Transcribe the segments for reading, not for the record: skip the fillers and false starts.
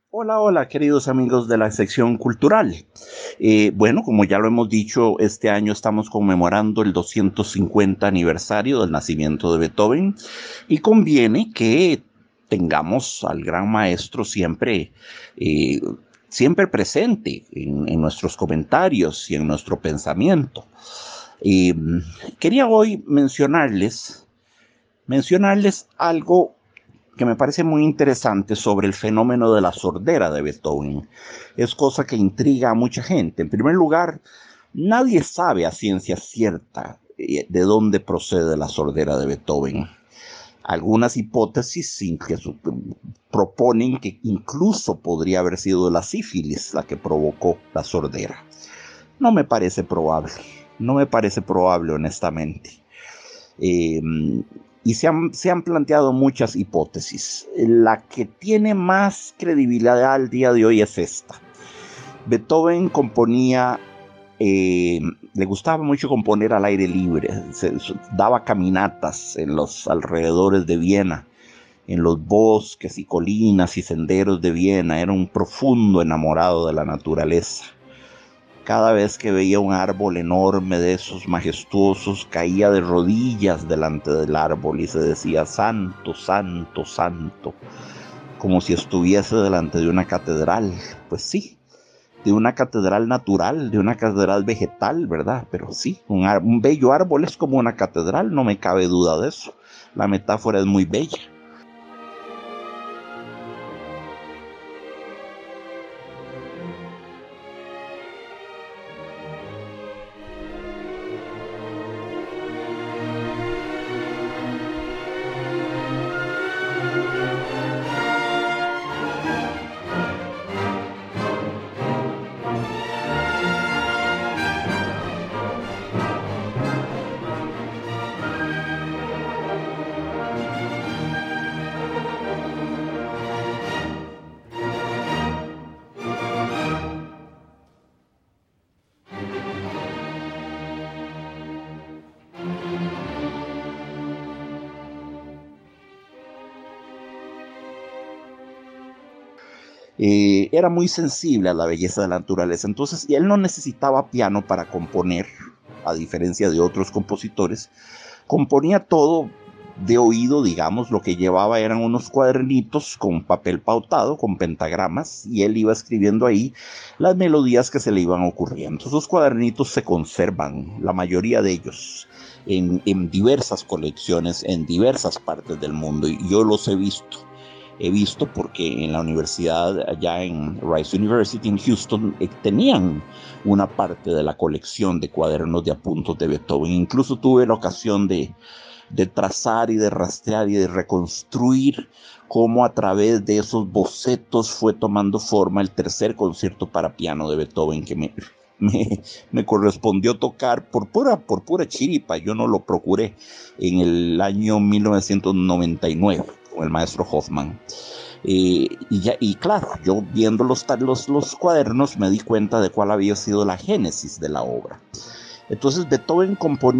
Hola, hola, queridos amigos de la sección cultural. Bueno, como ya lo hemos dicho, este año estamos conmemorando el 250 aniversario del nacimiento de Beethoven y conviene que tengamos al gran maestro eh, siempre presente en nuestros comentarios y en nuestro pensamiento. Eh, Quería hoy mencionarles algo que me parece muy interesante sobre el fenómeno de la sordera de Beethoven. Es cosa que intriga a mucha gente. En primer lugar, nadie sabe a ciencia cierta de dónde procede la sordera de Beethoven. Algunas hipótesis proponen que incluso podría haber sido la sífilis la que provocó la sordera. No me parece probable, no me parece probable honestamente. Eh, y se han planteado muchas hipótesis. La que tiene más credibilidad al día de hoy es esta. Beethoven componía, le gustaba mucho componer al aire libre, daba caminatas en los alrededores de Viena, en los bosques y colinas y senderos de Viena. Era un profundo enamorado de la naturaleza. Cada vez que veía un árbol enorme de esos majestuosos, caía de rodillas delante del árbol y se decía: santo, santo, santo, como si estuviese delante de una catedral. Pues sí, de una catedral natural, de una catedral vegetal, ¿verdad? Pero sí, un bello árbol es como una catedral, no me cabe duda de eso. La metáfora es muy bella. Era muy sensible a la belleza de la naturaleza. Entonces, y él no necesitaba piano para componer, a diferencia de otros compositores. Componía todo de oído, digamos. Lo que llevaba eran unos cuadernitos con papel pautado, con pentagramas, y él iba escribiendo ahí las melodías que se le iban ocurriendo. Esos cuadernitos se conservan, la mayoría de ellos, en diversas colecciones, en diversas partes del mundo, y yo los he visto. He visto porque en la universidad, allá en Rice University en Houston, tenían una parte de la colección de cuadernos de apuntes de Beethoven. Incluso tuve la ocasión de trazar y de rastrear y de reconstruir cómo a través de esos bocetos fue tomando forma el tercer concierto para piano de Beethoven, que me, me correspondió tocar por pura chiripa. Yo no lo procuré, en el año 1999 con el maestro Hoffman. Y claro, yo viendo los cuadernos me di cuenta de cuál había sido la génesis de la obra. Entonces Beethoven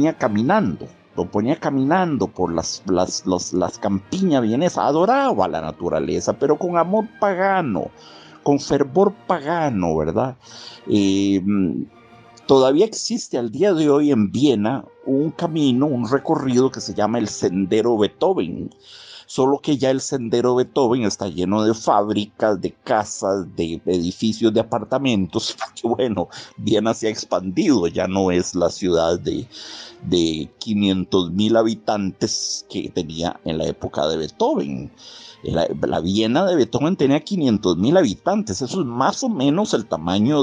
componía caminando por las campiñas vienesas, adoraba la naturaleza, pero con amor pagano, con fervor pagano, ¿verdad? Eh, Todavía existe al día de hoy en Viena un camino, un recorrido que se llama el Sendero Beethoven. Solo que ya el Sendero Beethoven está lleno de fábricas, de casas, de edificios de apartamentos, porque bueno, Viena se ha expandido, ya no es la ciudad de 500,000 habitantes que tenía en la época de Beethoven. La Viena de Beethoven tenía 500,000 habitantes, eso es más o menos el tamaño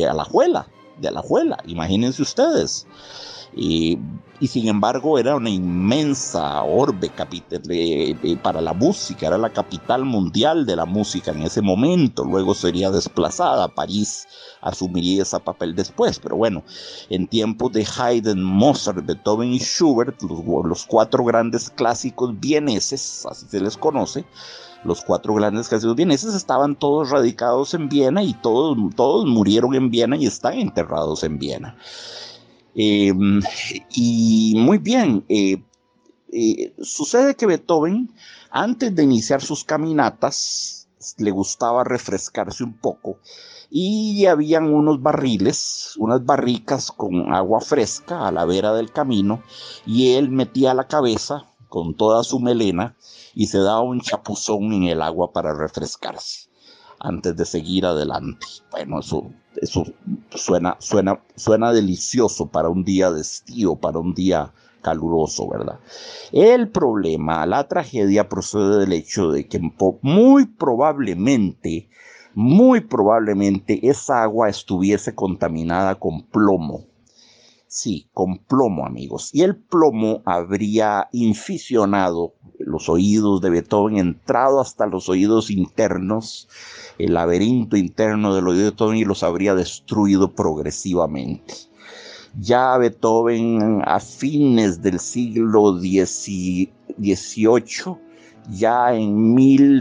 de Alajuela, imagínense ustedes. Y, y sin embargo era una inmensa orbe para la música, era la capital mundial de la música en ese momento. Luego sería desplazada, París asumiría ese papel después, pero bueno, en tiempos de Haydn, Mozart, Beethoven y Schubert, los cuatro grandes clásicos vieneses, así se les conoce, los cuatro grandes clásicos vieneses, estaban todos radicados en Viena y todos murieron en Viena y están enterrados en Viena. Eh, y muy bien, sucede que Beethoven, antes de iniciar sus caminatas, le gustaba refrescarse un poco y habían unos barriles, unas barricas con agua fresca a la vera del camino y él metía la cabeza con toda su melena y se daba un chapuzón en el agua para refrescarse antes de seguir adelante. Bueno, eso suena delicioso para un día de estío, para un día caluroso, ¿verdad? El problema, la tragedia procede del hecho de que muy probablemente esa agua estuviese contaminada con plomo. Sí, con plomo, amigos. Y el plomo habría inficionado los oídos de Beethoven, entrado hasta los oídos internos, el laberinto interno del oído de Beethoven, y los habría destruido progresivamente. Ya Beethoven, a fines del siglo XVIII, ya en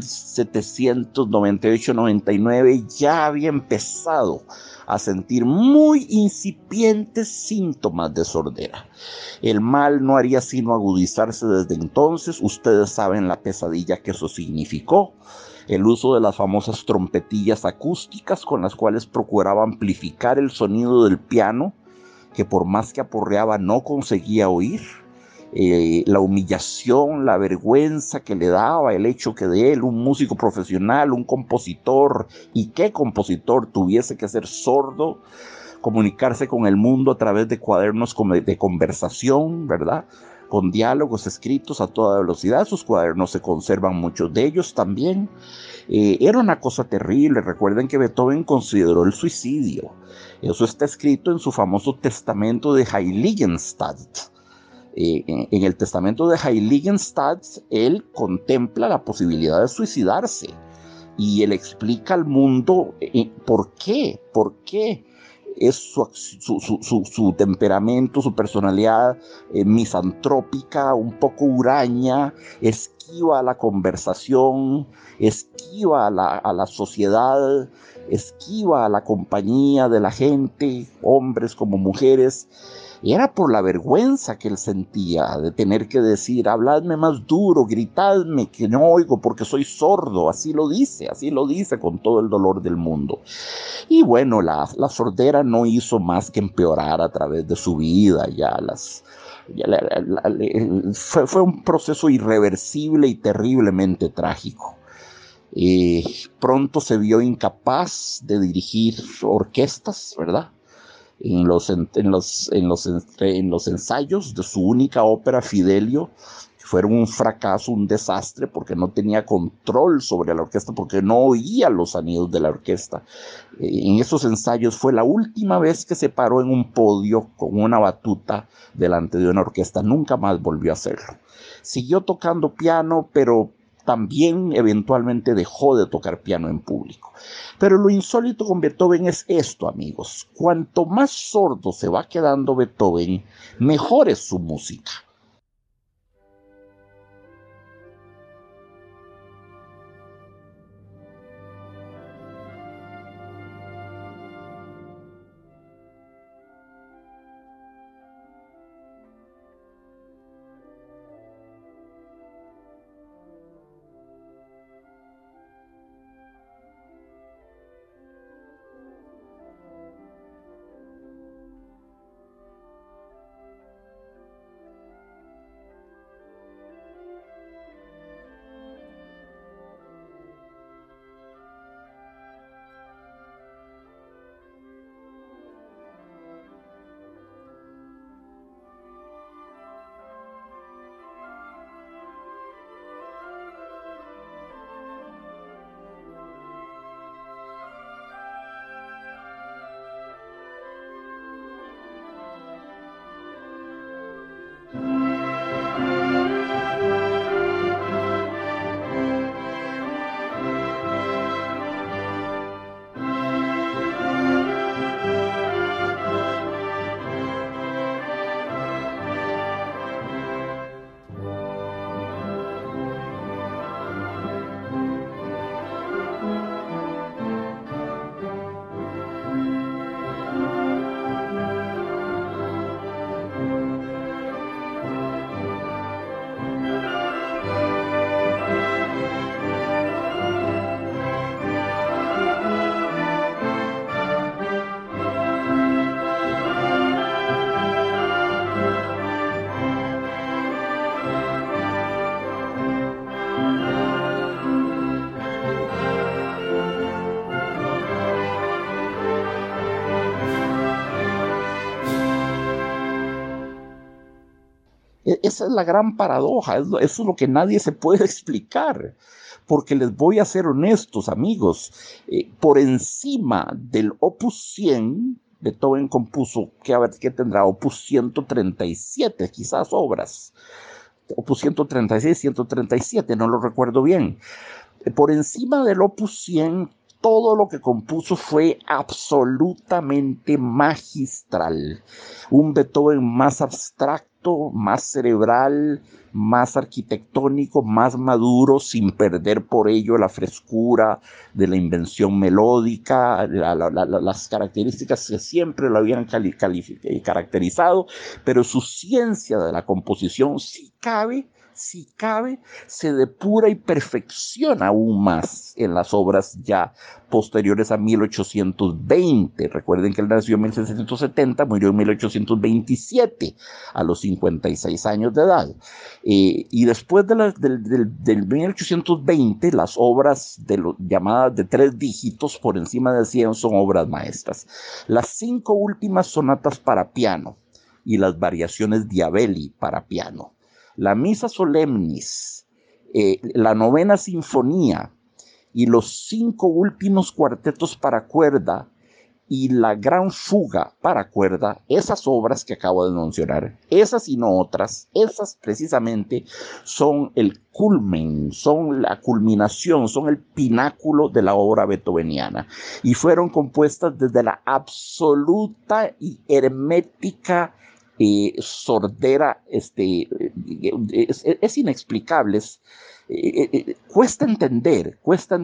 1798-99, ya había empezado a sentir muy incipientes síntomas de sordera. El mal no haría sino agudizarse desde entonces. Ustedes saben la pesadilla que eso significó. El uso de las famosas trompetillas acústicas con las cuales procuraba amplificar el sonido del piano, que por más que aporreaba no conseguía oír. La humillación, la vergüenza que le daba el hecho que de él, un músico profesional, un compositor, y qué compositor, tuviese que ser sordo, comunicarse con el mundo a través de cuadernos de conversación, ¿verdad? Con diálogos escritos a toda velocidad. Sus cuadernos se conservan, muchos de ellos también. Era una cosa terrible. Recuerden que Beethoven consideró el suicidio. Eso está escrito en su famoso testamento de Heiligenstadt. En el testamento de Heiligenstadt, él contempla la posibilidad de suicidarse y él explica al mundo por qué es su temperamento, su personalidad misantrópica, un poco huraña, esquiva a la conversación, esquiva a la sociedad, esquiva a la compañía de la gente, hombres como mujeres. Y era por la vergüenza que él sentía de tener que decir: habladme más duro, gritadme que no oigo porque soy sordo. Así lo dice con todo el dolor del mundo. Y bueno, la sordera no hizo más que empeorar a través de su vida. Fue un proceso irreversible y terriblemente trágico. Pronto se vio incapaz de dirigir orquestas, ¿verdad? En los ensayos de su única ópera, Fidelio, que fueron un fracaso, un desastre, porque no tenía control sobre la orquesta, porque no oía los sonidos de la orquesta. En esos ensayos fue la última vez que se paró en un podio con una batuta delante de una orquesta. Nunca más volvió a hacerlo. Siguió tocando piano, pero también eventualmente dejó de tocar piano en público. Pero lo insólito con Beethoven es esto, amigos. Cuanto más sordo se va quedando Beethoven, mejor es su música. esa es la gran paradoja, eso es lo que nadie se puede explicar. Porque les voy a ser honestos, amigos, por encima del Opus 100, Beethoven compuso, ¿qué tendrá? Opus 137, quizás obras. Opus 136, 137, no lo recuerdo bien. Por encima del Opus 100, todo lo que compuso fue absolutamente magistral. Un Beethoven más abstracto, más cerebral, más arquitectónico, más maduro, sin perder por ello la frescura de la invención melódica, las características que siempre lo habían caracterizado, pero su ciencia de la composición, si cabe, se depura y perfecciona aún más en las obras ya posteriores a 1820. Recuerden que él nació en 1770, murió en 1827, a los 56 años de edad. Y después del 1820, las obras llamadas de 3 dígitos, por encima de 100, son obras maestras. Las 5 últimas sonatas para piano y las variaciones Diabelli para piano, la Misa Solemnis, la Novena Sinfonía y los 5 últimos cuartetos para cuerda y la Gran Fuga para cuerda, esas obras que acabo de mencionar, esas y no otras, esas precisamente son el culmen, son la culminación, son el pináculo de la obra beethoveniana y fueron compuestas desde la absoluta y hermética sordera, es inexplicable, cuesta entender.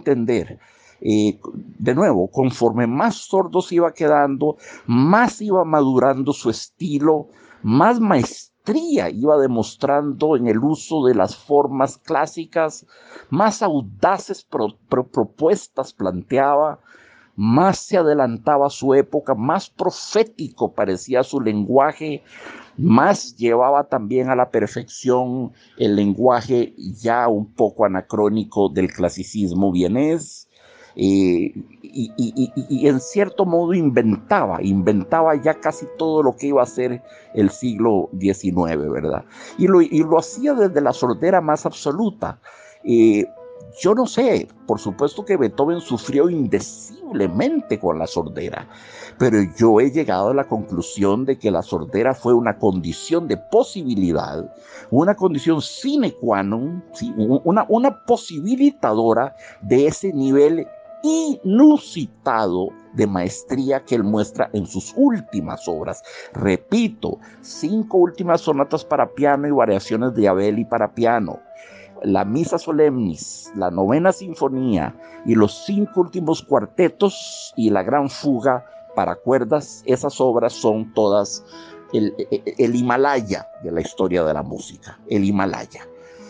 De nuevo, conforme más sordo se iba quedando, más iba madurando su estilo, más maestría iba demostrando en el uso de las formas clásicas, más audaces propuestas planteaba, más se adelantaba a su época, más profético parecía su lenguaje, más llevaba también a la perfección el lenguaje ya un poco anacrónico del clasicismo vienés, y en cierto modo inventaba ya casi todo lo que iba a ser el siglo XIX, ¿verdad? Y lo hacía desde la sordera más absoluta. Yo no sé, por supuesto que Beethoven sufrió indeciblemente con la sordera, pero yo he llegado a la conclusión de que la sordera fue una condición de posibilidad, una condición sine qua non, ¿sí? una posibilitadora de ese nivel inusitado de maestría que él muestra en sus últimas obras. Repito, 5 últimas sonatas para piano y variaciones de Diabelli para piano, la Misa Solemnis, la Novena Sinfonía y los 5 últimos cuartetos y la Gran Fuga para cuerdas. Esas obras son todas el Himalaya de la historia de la música, el Himalaya.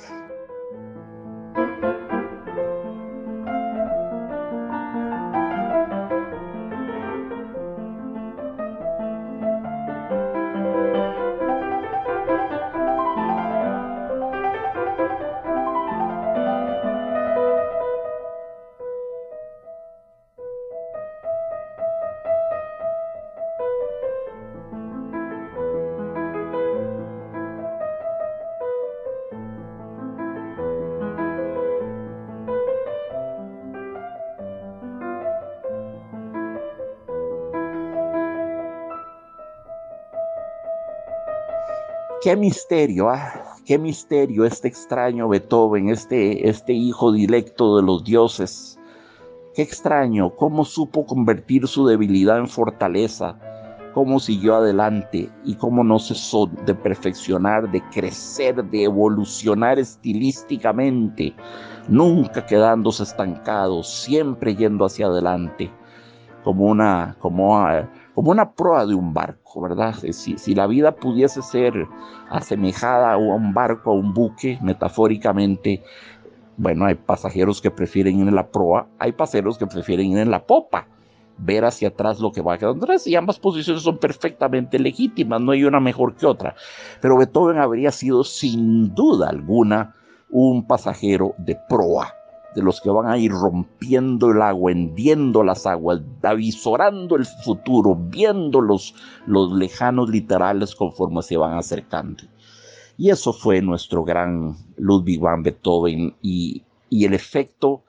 Qué misterio este extraño Beethoven, este hijo dilecto de los dioses. Qué extraño, cómo supo convertir su debilidad en fortaleza, cómo siguió adelante y cómo no cesó de perfeccionar, de crecer, de evolucionar estilísticamente, nunca quedándose estancado, siempre yendo hacia adelante, como una proa de un barco, ¿verdad? Si la vida pudiese ser asemejada a un barco, a un buque, metafóricamente, bueno, hay pasajeros que prefieren ir en la proa, hay pasajeros que prefieren ir en la popa, ver hacia atrás lo que va quedando atrás, y ambas posiciones son perfectamente legítimas, no hay una mejor que otra. Pero Beethoven habría sido sin duda alguna un pasajero de proa, de los que van a ir rompiendo el agua, hendiendo las aguas, avisorando el futuro, viendo los lejanos litorales conforme se van acercando. Y eso fue nuestro gran Ludwig van Beethoven, y el efecto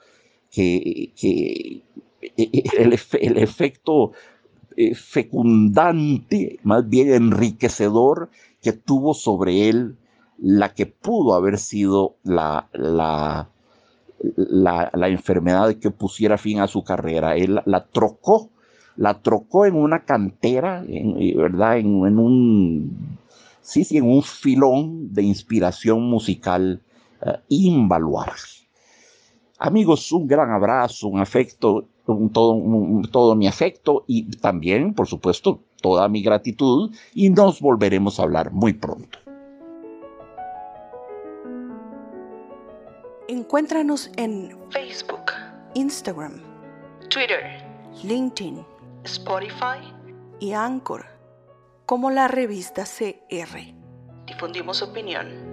el efecto fecundante, más bien enriquecedor, que tuvo sobre él la que pudo haber sido la enfermedad que pusiera fin a su carrera. Él la trocó en una cantera, ¿verdad? En un filón de inspiración musical invaluable. Amigos, un gran abrazo, un afecto, todo mi afecto, y también, por supuesto, toda mi gratitud, y nos volveremos a hablar muy pronto. Encuéntranos en Facebook, Instagram, Twitter, LinkedIn, Spotify y Anchor como la revista CR. Difundimos opinión.